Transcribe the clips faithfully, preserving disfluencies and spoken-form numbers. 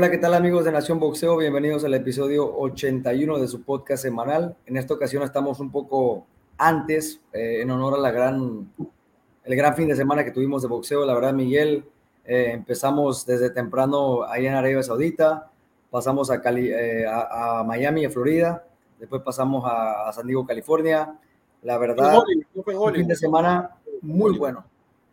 Hola, ¿qué tal amigos de Nación Boxeo? Bienvenidos al episodio ochenta y uno de su podcast semanal. En esta ocasión estamos un poco antes, eh, en honor a la gran, el gran fin de semana que tuvimos de boxeo. La verdad, Miguel, eh, empezamos desde temprano ahí en Arabia Saudita, pasamos a, Cali, eh, a, a Miami, a Florida, después pasamos a, a San Diego, California. La En verdad, Hollywood, no fue en un fin de Hollywood, ¿no? semana muy Hollywood. bueno.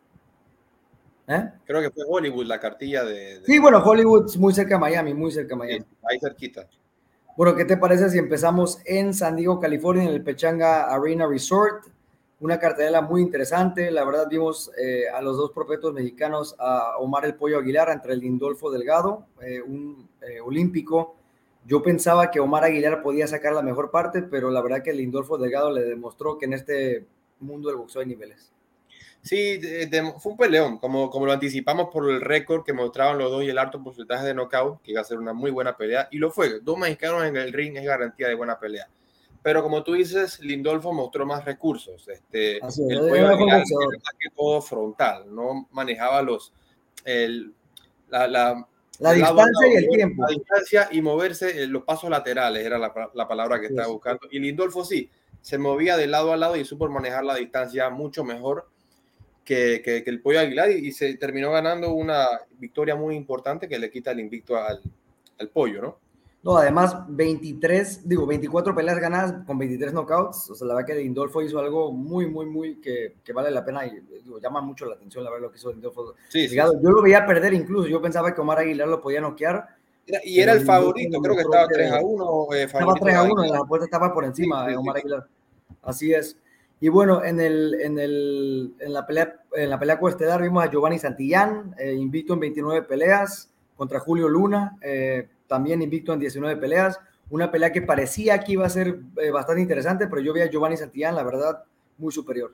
¿Eh? Creo que fue Hollywood la cartilla de... Sí, de, bueno, de Hollywood, muy cerca de Miami, muy cerca de Miami. ahí cerquita. Bueno, ¿qué te parece si empezamos en San Diego, California, en el Pechanga Arena Resort? Una cartelera muy interesante. La verdad, vimos eh, a los dos prospectos mexicanos, a Omar El Pollo Aguilar, entre el Lindolfo Delgado, eh, un eh, olímpico. Yo pensaba que Omar Aguilar podía sacar la mejor parte, pero la verdad que el Lindolfo Delgado le demostró que en este mundo del boxeo hay niveles. Sí, de, de, fue un peleón, como, como lo anticipamos por el récord que mostraban los dos y el alto porcentaje de knockout, que iba a ser una muy buena pelea, y lo fue. Dos mexicanos en el ring es garantía de buena pelea. Pero como tú dices, Lindolfo mostró más recursos. Este, Así es, el era Pollo mejor Aguilar boxeador. era más que todo frontal, no manejaba los, el, la, la, La de lado a distancia lado, y el mover tiempo. la distancia y moverse, eh, los pasos laterales era la, la palabra que Así estaba es. buscando. Y Lindolfo sí, se movía de lado a lado y supo manejar la distancia mucho mejor que, que, que el Pollo Aguilar y, y se terminó ganando una victoria muy importante que le quita el invicto al, al Pollo, ¿no? No, además, veintitrés, digo, veinticuatro peleas ganadas con veintitrés knockouts. O sea, la verdad que Lindolfo hizo algo muy, muy, muy que, que vale la pena y digo, llama mucho la atención la verdad lo que hizo Lindolfo Sí, sí, Delgado. sí. Yo lo veía perder incluso. Yo pensaba que Omar Aguilar lo podía noquear, Era, y era pero el Lindolfo favorito, creo que demostró estaba tres a que uno, eh, estaba favorito tres a uno en Aguilar. la apuesta, estaba por Sí, encima de sí, sí. Omar Aguilar. Así es. Y bueno, en, el, en, el, en, la pelea, en la pelea coestelar vimos a Giovanni Santillán, eh, invicto en veintinueve peleas, contra Julio Luna, eh, también invicto en diecinueve peleas. Una pelea que parecía que iba a ser eh, bastante interesante, pero yo vi a Giovanni Santillán, la verdad, muy superior.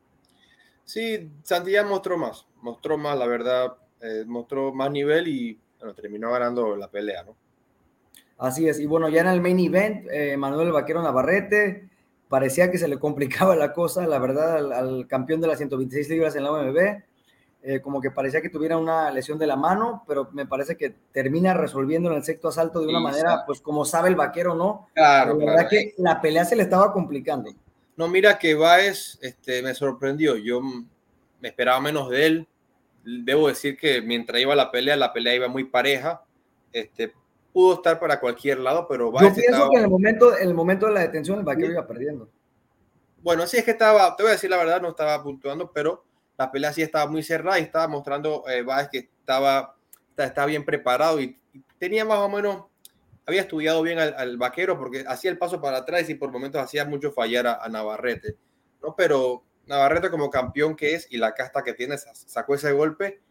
Sí, Santillán mostró más, mostró más, la verdad, eh, mostró más nivel y bueno, terminó ganando la pelea, ¿no? Así es. Y bueno, ya en el main event, eh, Manuel el Vaquero Navarrete, parecía que se le complicaba la cosa, la verdad, al, al campeón de las ciento veintiséis libras en la O M B. Eh, como que parecía que tuviera una lesión de la mano, pero me parece que termina resolviendo en el sexto asalto de una Y, manera, pues como sabe el Vaquero, ¿no? Pero claro, la claro. verdad que la pelea se le estaba complicando. No, mira que Baez este, me sorprendió. Yo me esperaba menos de él. Debo decir que mientras iba la pelea, la pelea iba muy pareja. Este, pudo estar para cualquier lado, pero Yo Baez pienso estaba... que en el momento, en el momento de la detención el Vaquero iba perdiendo. Bueno, sí, es que estaba, te voy a decir la verdad, no estaba puntuando, pero la pelea sí estaba muy cerrada y estaba mostrando eh, Baez que estaba, estaba bien preparado y, y tenía más o menos, había estudiado bien al, al Vaquero porque hacía el paso para atrás y por momentos hacía mucho fallar a, a Navarrete, ¿no? Pero Navarrete como campeón que es y la casta que tiene, sacó ese golpe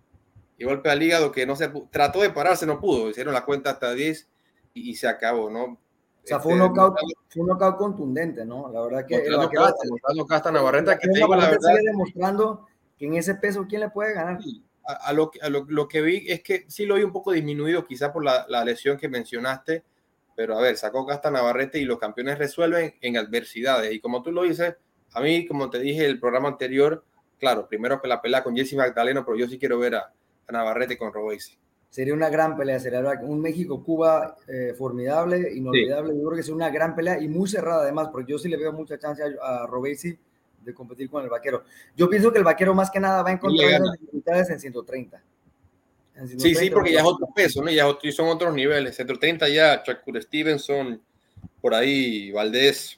y golpe al hígado que no se trató de pararse, no pudo, hicieron la cuenta hasta diez y, y se acabó, ¿no? O sea, fue un Este, knockout, mostrando, fue un knockout contundente, ¿no? La verdad que el mostrando Vaquero, casta, mostrando casta el Navarrete, que Vaquero te digo la Navarrete verdad, sigue demostrando que en ese peso, ¿quién le puede ganar? a, a, lo, a lo, lo, que vi es que sí lo vi un poco disminuido, quizá por la, la lesión que mencionaste, pero a ver, sacó casta Navarrete y los campeones resuelven en adversidades. Y como tú lo dices, a mí, como te dije en el programa anterior, claro, primero que la pelea con Jesse Magdaleno, pero yo sí quiero ver a, a Navarrete con Royce. Sería una gran pelea, sería un México-Cuba eh, formidable, Sí. inolvidable. Yo creo que es una gran pelea y muy cerrada además, porque yo sí le veo mucha chance a, a Robesi de competir con el Vaquero. Yo pienso que el Vaquero más que nada va a encontrar esas dificultades en ciento treinta. En Sí, sí, porque ya es otro ciento treinta. peso, ¿no? Ya otro, son otros niveles. ciento treinta ya, Shakur Stevenson, por ahí, Valdés,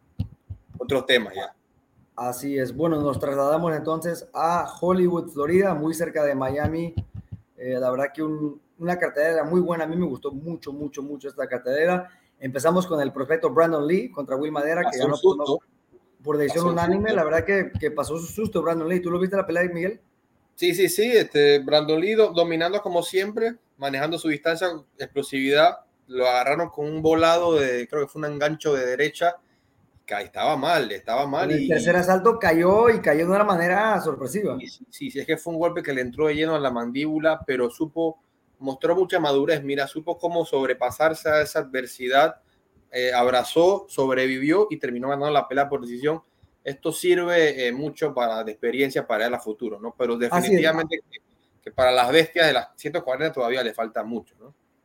otros temas ya. Así es. Bueno, nos trasladamos entonces a Hollywood, Florida, muy cerca de Miami. Eh, la verdad que un, una cartelera muy buena. A mí me gustó mucho, mucho, mucho esta cartelera. Empezamos con el prospecto Brandon Lee contra Will Madera, que Pasó un ganó por, susto, por decisión pasó un unánime. susto. La verdad que, que pasó su susto Brandon Lee. ¿Tú lo viste la pelea, Miguel? Sí, sí, sí, este, Brandon Lee dominando como siempre, manejando su distancia, explosividad, lo agarraron con un volado de, creo que fue un engancho de derecha, que estaba mal, estaba mal En el tercer y, asalto cayó y cayó de una manera sorpresiva. y sí, sí, sí, es que fue un golpe que le entró de lleno a la mandíbula, pero supo, mostró mucha madurez, mira, supo cómo sobrepasarse a esa adversidad, eh, abrazó, sobrevivió y terminó ganando la pelea por decisión. Esto sirve eh, mucho para de experiencia para él a futuro, ¿no? Pero Así es. definitivamente que, que para las bestias de las ciento cuarenta todavía le falta mucho, ¿no?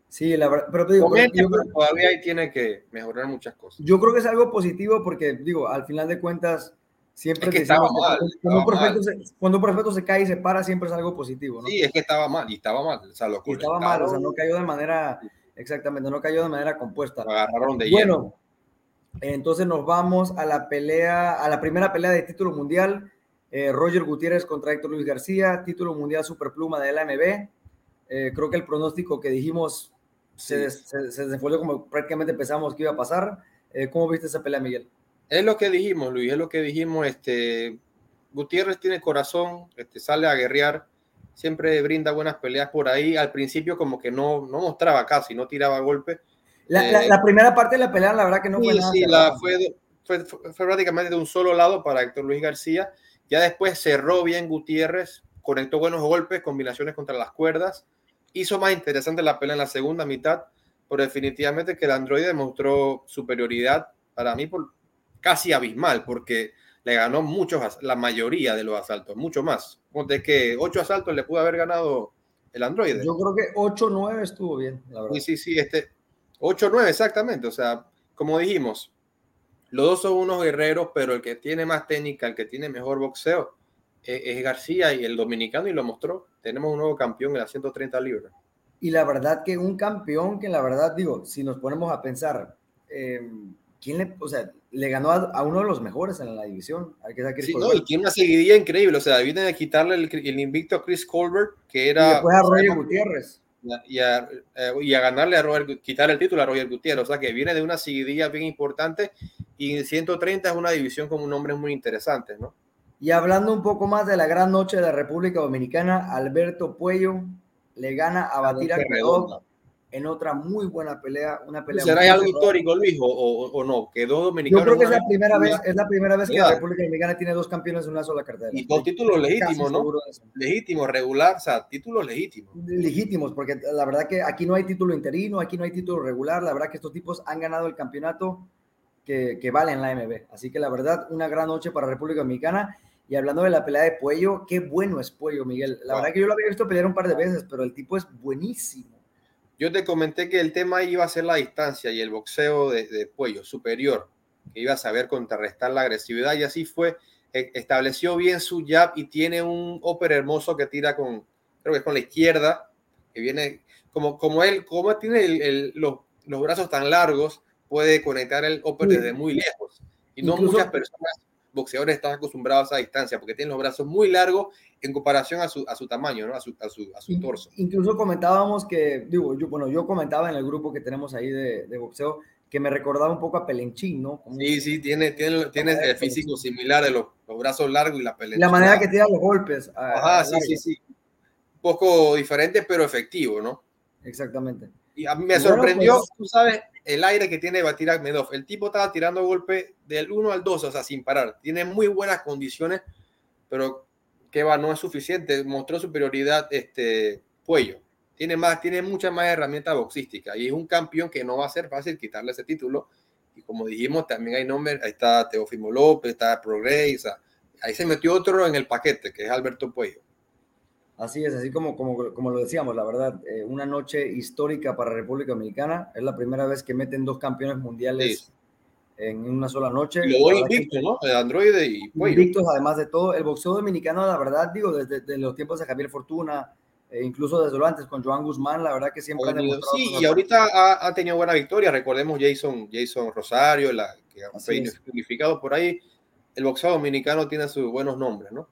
Sí, la verdad, pero te digo, pero Comente, yo, pero todavía ahí tiene que mejorar muchas cosas. yo creo que es algo positivo porque, digo, al final de cuentas, Es siempre que estaba decimos que mal, cuando un estaba mal. prospecto se, cuando un prospecto se cae y se para, siempre es algo positivo, ¿no? Sí, es que estaba mal, y estaba mal. O sea, lo Y estaba mal, o sea, conectaron, no cayó de manera, exactamente, no cayó de manera lo compuesta. agarraron de lleno. Bueno, entonces nos vamos a la pelea, a la primera pelea de título mundial. Eh, Roger Gutiérrez contra Héctor Luis García, título mundial superpluma de la M B. Eh, creo que el pronóstico que dijimos se, Sí. se, se desenvolvió como prácticamente pensamos que iba a pasar. Eh, ¿Cómo viste esa pelea, Miguel? Es lo que dijimos, Luis, es lo que dijimos. Este, Gutiérrez tiene corazón, este, sale a guerrear, siempre brinda buenas peleas por ahí. Al principio como que no, no mostraba casi, no tiraba golpes. La, la, Eh, la, primera parte de la pelea, la verdad que no fue sí, nada sí, cerrada. la, fue, fue, fue, fue prácticamente de un solo lado para Héctor Luis García. Ya después cerró bien Gutiérrez, conectó buenos golpes, combinaciones contra las cuerdas. Hizo más interesante la pelea en la segunda mitad, pero definitivamente que el androide demostró superioridad para mí por casi abismal, porque le ganó muchos, la mayoría de los asaltos, mucho más. De que ocho asaltos le pudo haber ganado el androide. Yo creo que ocho nueve estuvo bien, la Sí, verdad. sí, sí, este ocho nueve exactamente. O sea, como dijimos, los dos son unos guerreros, pero el que tiene más técnica, el que tiene mejor boxeo, es, es García y el dominicano, y lo mostró. Tenemos un nuevo campeón en las ciento treinta libras. Y la verdad que un campeón que la verdad, digo, si nos ponemos a pensar, eh, ¿quién le, o sea, le ganó a, a, uno de los mejores en la división? Hay que ser Chris Sí, no, y Colbert. tiene una seguidilla increíble. O sea, vienen a quitarle el, el invicto a Chris Colbert, que Y era, después a Roger sabemos, Gutiérrez. y a, y a ganarle a Roger, quitar el título a Roger Gutiérrez. O sea, que viene de una seguidilla bien importante, y ciento treinta es una división con nombres muy interesantes, ¿no? Y hablando un poco más de la gran noche de la República Dominicana, Alberto Puello le gana a La Batir noche Akhmedov redonda. en otra muy buena pelea, una pelea ¿Será muy algo cerrada. histórico, Luis, o, o, o no? Quedó Yo dominicano creo en que es una la misma primera vez, ciudad, es la primera vez que la ¿verdad? República Dominicana tiene dos campeones en una sola cartera. Y dos Estoy títulos casi legítimos, ¿no? seguro de eso. Legítimos, regular, o sea, títulos legítimos. Legítimos, porque la verdad que aquí no hay título interino, aquí no hay título regular, la verdad que estos tipos han ganado el campeonato que, que vale en la M B. Así que la verdad, una gran noche para República Dominicana. Y hablando de la pelea de Puello, qué bueno es Puello, Miguel. La Wow. verdad que yo lo había visto pelear un par de veces, pero el tipo es buenísimo. Yo te comenté que el tema iba a ser la distancia y el boxeo de, de Puello superior, que iba a saber contrarrestar la agresividad, y así fue. E, estableció bien su jab y tiene un upper hermoso que tira con, creo que es con la izquierda, que viene como, como él, como tiene el, el, los, los brazos tan largos, puede conectar el upper Sí, desde muy lejos. Y no muchas incluso, personas, boxeadores, están acostumbrados a esa distancia, porque tienen los brazos muy largos en comparación a su, a su tamaño, ¿no? a, su, a, su, a su torso. incluso comentábamos que, digo, yo, bueno, yo comentaba en el grupo que tenemos ahí de, de boxeo que me recordaba un poco a Pelenchín, ¿no? Como Sí, sí, tiene, tiene, tiene el físico Pelenchín. similar de los, los brazos largos y la La manera pelenchina. que tira los golpes a, a Ajá, sí, sí, largo. sí. Un poco diferente, pero efectivo, ¿no? Exactamente. Y a mí me Y bueno, sorprendió, pues tú sabes, el aire que tiene Batir Akhmedov. El tipo estaba tirando golpe del uno al dos, o sea, sin parar. Tiene muy buenas condiciones, pero que va, no es suficiente. Mostró superioridad este Puello. Tiene más, tiene muchas más herramientas boxísticas, y es un campeón que no va a ser fácil quitarle ese título. Y como dijimos, también hay nombres, ahí está Teófimo López, está Prograis, o sea, ahí se metió otro en el paquete, que es Alberto Puello. así es, así como, como, como lo decíamos, la verdad, eh, una noche histórica para República Dominicana. Es la primera vez que meten dos campeones Sí. mundiales en una sola noche. Y los La dos verdad que invictos, ¿no? El androide y Puello. invictos, además de todo, el boxeo dominicano, la verdad, digo, desde, desde los tiempos de Javier Fortuna, eh, incluso desde lo antes con Joan Guzmán, la verdad que siempre han demostrado Sí, cosas y buenas. ahorita ha, ha tenido buena victoria. Recordemos Jason, Jason Rosario, la, que Así fue es. unificado por ahí. El boxeo dominicano tiene sus buenos nombres, ¿no?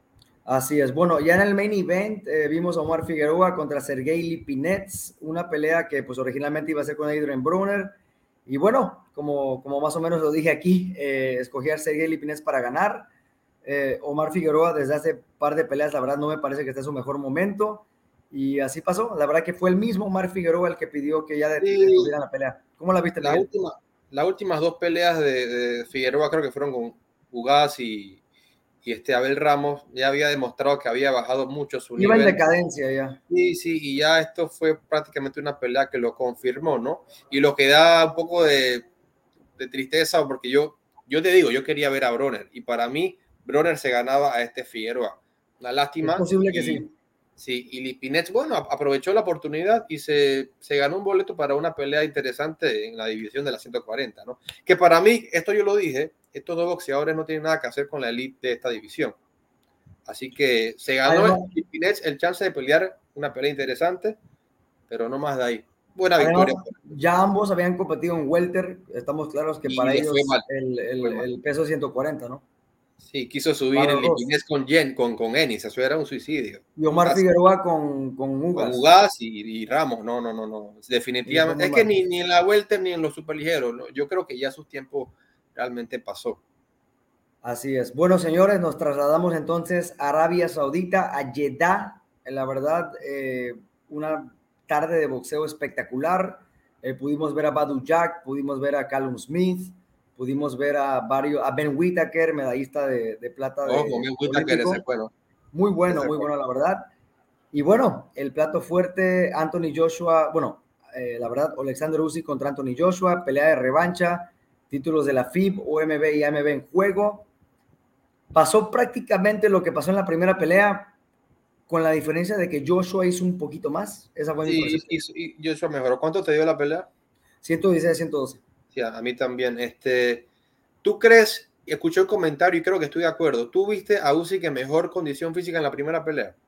Así es. Bueno, ya en el main event eh, vimos a Omar Figueroa contra Sergey Lipinets, una pelea que pues originalmente iba a ser con Adrian Brunner. Y bueno, como, como más o menos lo dije aquí, eh, escogí a Sergey Lipinets para ganar. Eh, Omar Figueroa desde hace un par de peleas, la verdad no me parece que esté en su mejor momento. Y así pasó. La verdad que fue el mismo Omar Figueroa el que pidió que ya Sí, detuvieran la pelea. ¿Cómo la viste, la Miguel? última, las últimas dos peleas de, de Figueroa creo que fueron con Ugaz y, y este Abel Ramos. Ya había demostrado que había bajado mucho su Iba en nivel. decadencia ya. Sí, sí, y ya esto fue prácticamente una pelea que lo confirmó, ¿no? Y lo que da un poco de, de tristeza, porque yo, yo te digo, yo quería ver a Broner, y para mí Broner se ganaba a este Figueroa. Una Es lástima, posible que y sí. Sí, y Lipinets, bueno, aprovechó la oportunidad y se, se ganó un boleto para una pelea interesante en la división de las ciento cuarenta, ¿no? Que para mí, esto yo lo dije, estos dos boxeadores no tienen nada que hacer con la elite de esta división. Así que se ganó Además, Lipinets el chance de pelear una pelea interesante, pero no más de ahí. Buena además, victoria. ya ambos habían competido en welter, estamos claros que Y para le fue ellos mal. el, el, Fue mal. el peso es ciento cuarenta, ¿no? Sí, quiso subir Para el los dos. Lipinets con Jen, con, con Ennis, eso era un suicidio. Y Omar Casi. Figueroa con, con Con Ugas. Ugas y, y, Ramos, no, no, no, no, Y le fue definitivamente. muy Es que mal. ni, ni en la vuelta ni en los superligeros, ¿no? Yo creo que ya su tiempo realmente pasó. Así es. Bueno, señores, nos trasladamos entonces a Arabia Saudita, a Jeddah. La verdad, eh, una tarde de boxeo espectacular. Eh, pudimos ver a Badu Jack, pudimos ver a Callum Smith, pudimos ver a varios, a Ben Whittaker, medallista de, de plata Ojo, de me gusta que ese olímpico. bueno. Muy bueno, Ese muy bueno. bueno, la verdad. Y bueno, el plato fuerte, Anthony Joshua, bueno, eh, la verdad, Alexander Usyk contra Anthony Joshua, pelea de revancha, títulos de la F I B, O M B y A M B en juego. Pasó prácticamente lo que pasó en la primera pelea, con la diferencia de que Joshua hizo un poquito más. Esa fue mi Sí, percepción. y, y Joshua mejoró. ¿Cuánto te dio la pelea? ciento dieciséis a ciento doce. Sí, a, a mí también. Este, ¿tú crees? Escuché un comentario y creo que estoy de acuerdo. ¿Tú viste a Usyk en mejor condición física en la primera pelea?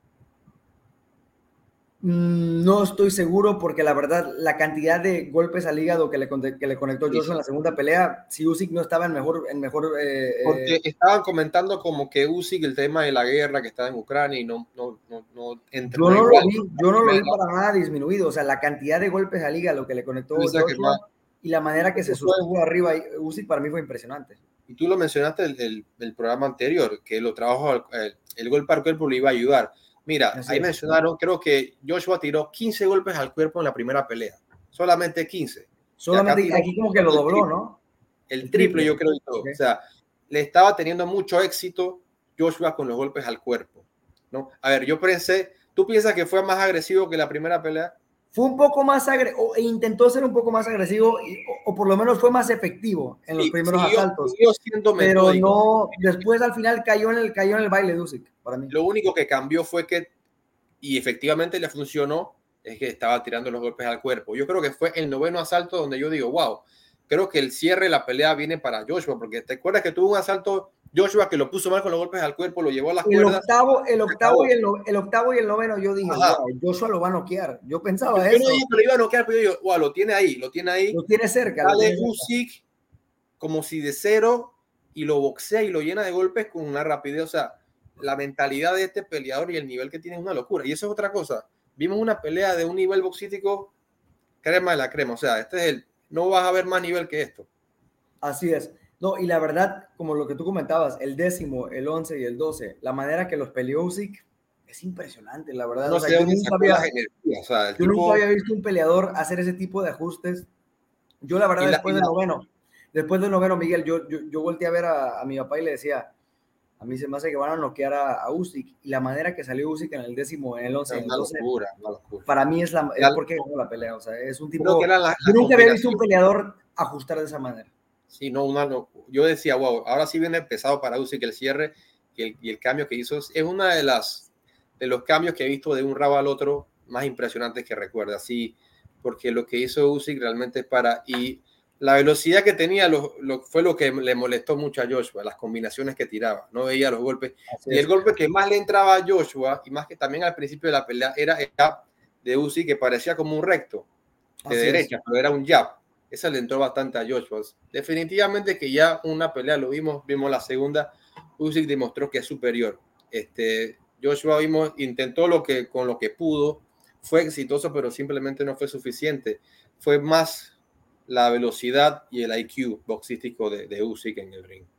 No estoy seguro porque la verdad la cantidad de golpes al hígado que le, que le conectó Sí, Joshua en sí. la segunda pelea, si Usyk no estaba en mejor, en mejor eh, Porque eh, estaban comentando como que Usyk, el tema de la guerra que estaba en Ucrania y no, no, no, no yo entrenó no lo igual. vi, yo no lo vi para nada disminuido. O sea, la cantidad de golpes al hígado que le Tú conectó dices que más, Joshua y la manera que se eso fue, sostuvo arriba Usyk para mí fue impresionante. y tú lo mencionaste el, el, el programa anterior, que lo trabajó, el, el golpe al cuerpo le iba a ayudar. Mira, Así ahí es. mencionaron, creo que Joshua tiró quince golpes al cuerpo en la primera pelea, solamente quince. Y acá Solamente tiró aquí como que lo el dobló, triple, ¿no? el El triple triple. yo creo y todo. O Okay. sea, le estaba teniendo mucho éxito Joshua con los golpes al cuerpo, ¿no? A ver, yo pensé, ¿tú piensas que fue más agresivo que la primera pelea? Fue un poco más agresivo, e intentó ser un poco más agresivo, y, o, o, por lo menos fue más efectivo en los Sí, primeros siguió, asaltos, siguió siendo pero metódico. no, después al final cayó en el, cayó en el baile de Usyk, para mí. Lo único que cambió fue que, y efectivamente le funcionó, es que estaba tirando los golpes al cuerpo. Yo creo que fue el noveno asalto donde yo digo, wow, creo que el cierre de la pelea viene para Joshua, porque te acuerdas que tuvo un asalto Joshua que lo puso mal con los golpes al cuerpo, lo llevó a las El cuerdas, octavo, el se octavo y acabó. el, el octavo y el noveno, yo dije, Ajá. wow, Joshua lo va a noquear. Yo Yo, pensaba yo no eso. digo que lo iba a noquear, pero yo digo, wow, lo tiene ahí, lo tiene ahí. Lo tiene cerca, lo Sale tiene cerca. Usyk como si de cero y lo boxea y lo llena de golpes con una rapidez. O sea, la mentalidad de este peleador y el nivel que tiene es una locura. Y eso es otra cosa. Vimos una pelea de un nivel boxístico crema de la crema. O sea, este es el. No vas a ver más nivel que esto. Así es. No, y la verdad, como lo que tú comentabas, el décimo, el once y el doce, la manera que los peleó Usyk es impresionante, la verdad. No O sea, sé de yo dónde nunca sacó las había, energías. O sea, el yo nunca tipo. había visto un peleador hacer ese tipo de ajustes. Yo, la verdad, Y la, después y del la, noveno, después del noveno, Miguel, yo, yo, yo volteé a ver a, a mi papá y le decía, a mí se me hace que van a noquear a, a Usyk. Y la manera que salió Usyk en el décimo, en el once, es en el una doce, locura, una locura. para mí es, la, es La, porque ganó la pelea. O sea, es un creo que tipo, eran las, yo las nunca había visto un combinaciones. peleador ajustar de esa manera. Sí, no, una, no, yo decía, wow, ahora sí viene pesado para Usyk el cierre y el, y el cambio que hizo. Es una de las de los cambios que he visto de un rabo al otro más impresionantes que recuerda, así, porque lo que hizo Usyk realmente es para, y la velocidad que tenía lo, lo, fue lo que le molestó mucho a Joshua, las combinaciones que tiraba, no veía los golpes, Así y el es. golpe que más le entraba a Joshua, y más que también al principio de la pelea, era el jab de Usyk que parecía como un recto, de Así es. derecha, pero era un jab. Esa le entró bastante a Joshua. Definitivamente que ya una pelea lo vimos, vimos la segunda, Usyk demostró que es superior. Este, Joshua vimos, intentó lo que, con lo que pudo, fue exitoso, pero simplemente no fue suficiente. Fue más la velocidad y el I Q boxístico de, de Usyk en el ring.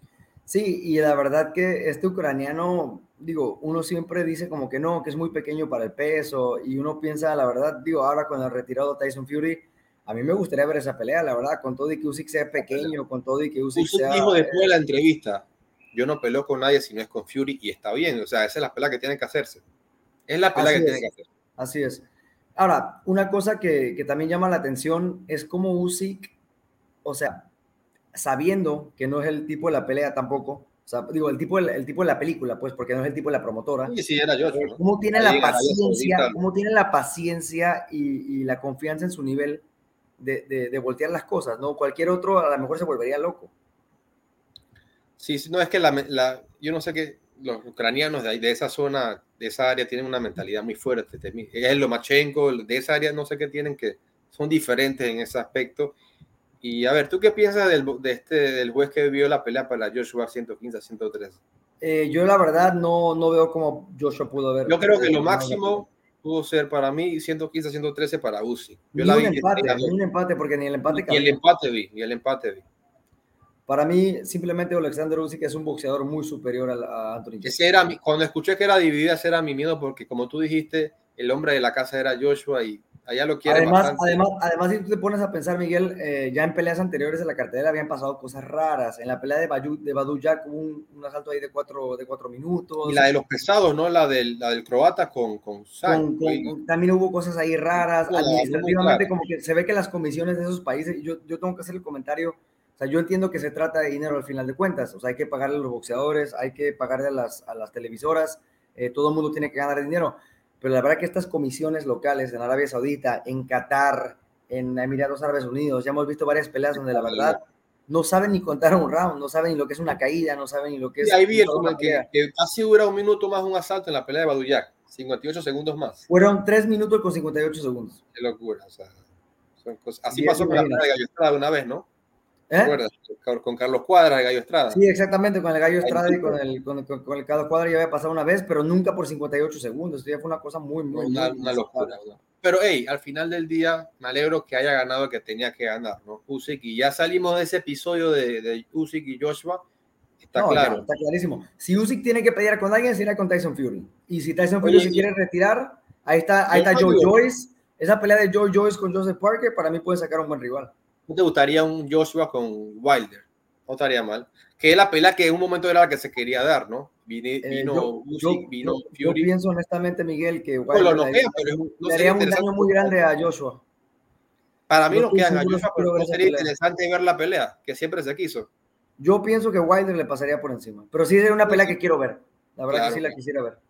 Sí, y la verdad que este ucraniano, digo, uno siempre dice como que no, que es muy pequeño para el peso, y uno piensa, la verdad, digo, ahora con el retirado Tyson Fury, a mí me gustaría ver esa pelea, la verdad, con todo y que Usyk sea pequeño, con todo y que Usyk Usyk sea... dijo después de Eh, la entrevista, yo no peleo con nadie si no es con Fury, y está bien, o sea, esa es la pelea que tienen que hacerse. Es la pelea así que tienen es, que hacer. así es. Ahora, una cosa que, que también llama la atención es cómo Usyk, o sea, sabiendo que no es el tipo de la pelea tampoco, O sea, digo, el tipo, de, el tipo de la película, pues, porque no es el tipo de la promotora. Sí, sí, era Joshua, ¿no? ¿Cómo tiene Ahí la en Arabia paciencia, Saudita. cómo tiene la paciencia y, y la confianza en su nivel de, de, de voltear las cosas, ¿no? Cualquier otro a lo mejor se volvería loco. Sí, sí, no, es que la, la, yo no sé qué, los ucranianos de, ahí, de esa zona, de esa área, tienen una mentalidad muy fuerte. Es Lomachenko, de esa área, no sé qué tienen, que son diferentes en ese aspecto. Y a ver, ¿tú qué piensas del, de este, del juez que vio la pelea para Joshua ciento quince a ciento tres? Eh, yo la verdad no, no veo cómo Joshua pudo haber. Yo creo que lo máximo pudo ser para mí ciento quince a ciento trece para Usyk. Yo Ni la un vi empate, ni un empate, porque ni el empate y el cabía. empate vi, y el empate vi. Para mí, simplemente Alexander Usyk es un boxeador muy superior a, a Anthony Joshua. Ese era mi, cuando escuché que era dividida, ese era mi miedo, porque como tú dijiste, el hombre de la casa era Joshua y allá lo quieren Además, bastante. además, además, si tú te pones a pensar, Miguel, eh, ya en peleas anteriores de la cartelera habían pasado cosas raras. En la pelea de, Badu, de Badu Jack hubo un, un asalto ahí de cuatro, de cuatro minutos. Y la de los pesados, ¿no? La del, la del croata con, con Sang. Con, con, con, también hubo cosas ahí raras. No, no muy Administrativamente, clara. como que se ve que las comisiones de esos países, yo, yo tengo que hacer el comentario, o sea, yo entiendo que se trata de dinero al final de cuentas, o sea, hay que pagarle a los boxeadores, hay que pagarle a las, a las televisoras, eh, todo el mundo tiene que ganar dinero, pero la verdad que estas comisiones locales en Arabia Saudita, en Qatar, en Emiratos Árabes Unidos, ya hemos visto varias peleas donde la verdad no saben ni contar un round, no saben ni lo que es una caída, no saben ni lo que es... Y ahí vi el, una que, que casi dura un minuto más un asalto en la pelea de Baduyak, cincuenta y ocho segundos más. Fueron tres minutos con cincuenta y ocho segundos. Qué locura, o sea, son cosas. Así Bien, pasó con la pelea de Gallo Estrada una vez, ¿no? ¿Te ¿Eh? acuerdas? Con Carlos Cuadra de Gallo Estrada. Sí, exactamente, con el Gallo Estrada y con el, con, con, con el Carlos Cuadra ya había pasado una vez, pero nunca por cincuenta y ocho segundos. Esto ya fue una cosa muy, muy, Una, muy una locura. ¿No? Pero, hey, al final del día, me alegro que haya ganado que tenía que ganar, ¿no? Usyk, y ya salimos de ese episodio de, de Usyk y Joshua. Está no, claro. Ya, está clarísimo. Si Usyk tiene que pelear con alguien, será con Tyson Fury. Y si Tyson Oye, Fury se y, quiere retirar, ahí está, ahí está Joe Joyce. Esa pelea de Joe Joyce con Joseph Parker, para mí puede sacar un buen rival. ¿No te gustaría un Joshua con Wilder? No estaría mal. Que es la pelea que en un momento era la que se quería dar, ¿no? Vino, Eh, vino yo, Usyk, yo, vino yo, yo Fury. pienso honestamente, Miguel, que Pues lo Wilder le, noquea, pero no le sería haría un interesante. daño muy grande a Joshua. Para mí No no estoy quedan a seguro si Joshua, pero quiero ver no esa sería pelea. interesante ver la pelea, que siempre se quiso. Yo pienso que Wilder le pasaría por encima, pero sí es una pelea que quiero ver. La verdad Claro, que sí la claro. quisiera ver.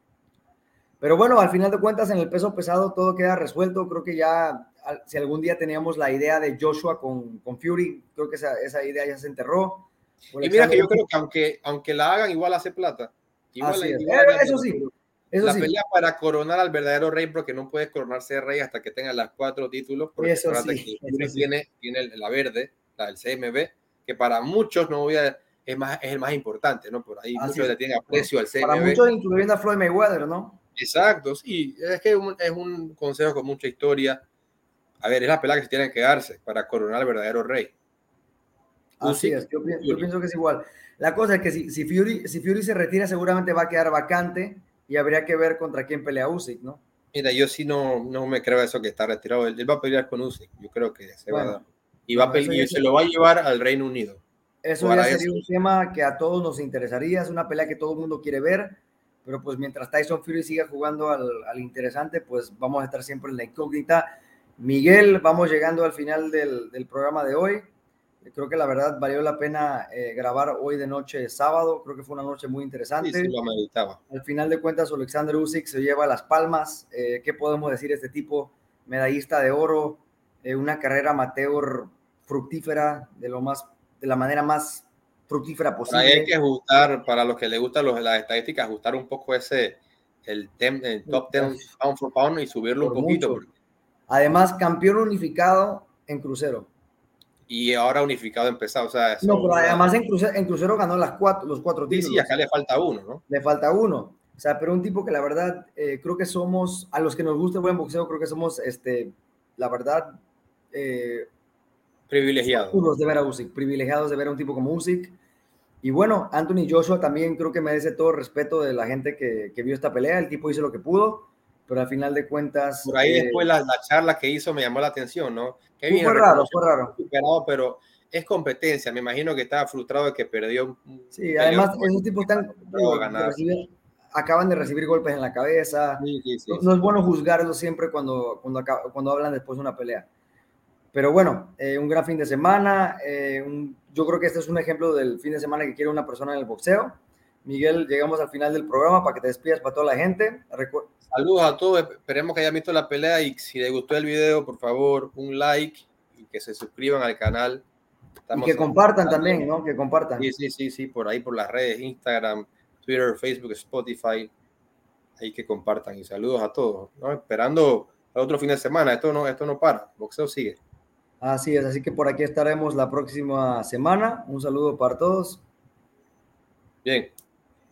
Pero bueno, al final de cuentas, en el peso pesado todo queda resuelto. Creo que ya, si algún día teníamos la idea de Joshua con, con Fury, creo que esa, esa idea ya se enterró. Y mira que Alexander yo creo que aunque, aunque la hagan, igual hace plata. Igual, Así es. igual Eh, haría eso plata. sí, eso La sí. pelea para coronar al verdadero rey, porque no puedes coronarse rey hasta que tengas las cuatro títulos, porque Eso acuérdate sí, que eso Fury sí. tiene, tiene la verde, la del C M B, que para muchos no voy a, es, más, es el más importante, ¿no? Por ahí Así muchos es. le tienen aprecio al Para C M B. muchos, incluyendo a Floyd Mayweather, ¿no? Exacto, sí, es que un, es un consejo con mucha historia. A ver, es la pelea que se tiene que darse para coronar al verdadero rey. Así Usyk, es, yo, yo pienso que es igual. La cosa es que si, si, Fury, si Fury se retira, seguramente va a quedar vacante y habría que ver contra quién pelea Usyk, ¿no? Mira, yo sí no, no me creo eso que está retirado. Él, él va a pelear con Usyk, yo creo que se Bueno, va a dar. Y, va a bueno, pele eso ya, y se lo va a llevar al Reino Unido. eso ya Arabia sería un Saudita. tema que a todos nos interesaría. Es una pelea que todo el mundo quiere ver, pero pues mientras Tyson Fury siga jugando al, al interesante, pues vamos a estar siempre en la incógnita. Miguel, vamos llegando al final del, del programa de hoy. Creo que la verdad valió la pena eh, grabar hoy de noche sábado. Creo que fue una noche muy Sí, interesante. sí, lo meditaba. Al final de cuentas, Alexander Usyk se lleva las palmas. Eh, ¿Qué podemos decir de este tipo? Medallista de oro, eh, una carrera amateur fructífera, de, lo más, de la manera más fructífera Por ahí hay posible. que ajustar, para los que les gustan los, las estadísticas, ajustar un poco ese, el, tem, el top diez pound for pound y subirlo un Por poquito. mucho. Porque... Además, campeón unificado en crucero. Y ahora unificado empezado, o sea, No, pero son una... además en crucero, en crucero ganó las cuatro, los cuatro Sí, sí, títulos. acá le falta uno, ¿no? Le falta uno. O sea, pero un tipo que la verdad, eh, creo que somos, a los que nos gusta el buen boxeo, creo que somos, este, la verdad, eh, Privilegiado. de ver a Usyk, privilegiados de ver a un tipo como Usyk. Y bueno, Anthony Joshua también creo que merece todo el respeto de la gente que, que vio esta pelea. El tipo hizo lo que pudo, pero al final de cuentas... Por ahí Eh, después la, la charla que hizo me llamó la atención, ¿no? Que fue, bien, fue raro, reconoció fue raro. superado, pero es competencia. Me imagino que estaba frustrado de que perdió un Sí, peleador además, como esos este, que tipos está están, acostumbrado a digo, de ganar. recibir, acaban de recibir golpes en la cabeza. Sí, sí, sí, No, sí. no es bueno juzgarlo siempre cuando, cuando, acaba, cuando hablan después de una pelea. Pero bueno, eh, un gran fin de semana. Eh, un, yo creo que este es un ejemplo del fin de semana que quiere una persona en el boxeo. Miguel, llegamos al final del programa para que te despidas para toda la gente. Recu Saludos a todos, esperemos que hayan visto la pelea y si les gustó el video, por favor, un like y que se suscriban al canal. Estamos y que compartan también, ¿no? Que compartan. Sí, sí, sí, sí, por ahí, por las redes, Instagram, Twitter, Facebook, Spotify, ahí que compartan. Y saludos a todos, ¿no? Esperando el otro fin de semana, esto no, esto no para, boxeo sigue. Así es, así que por aquí estaremos la próxima semana. Un saludo para todos. Bien.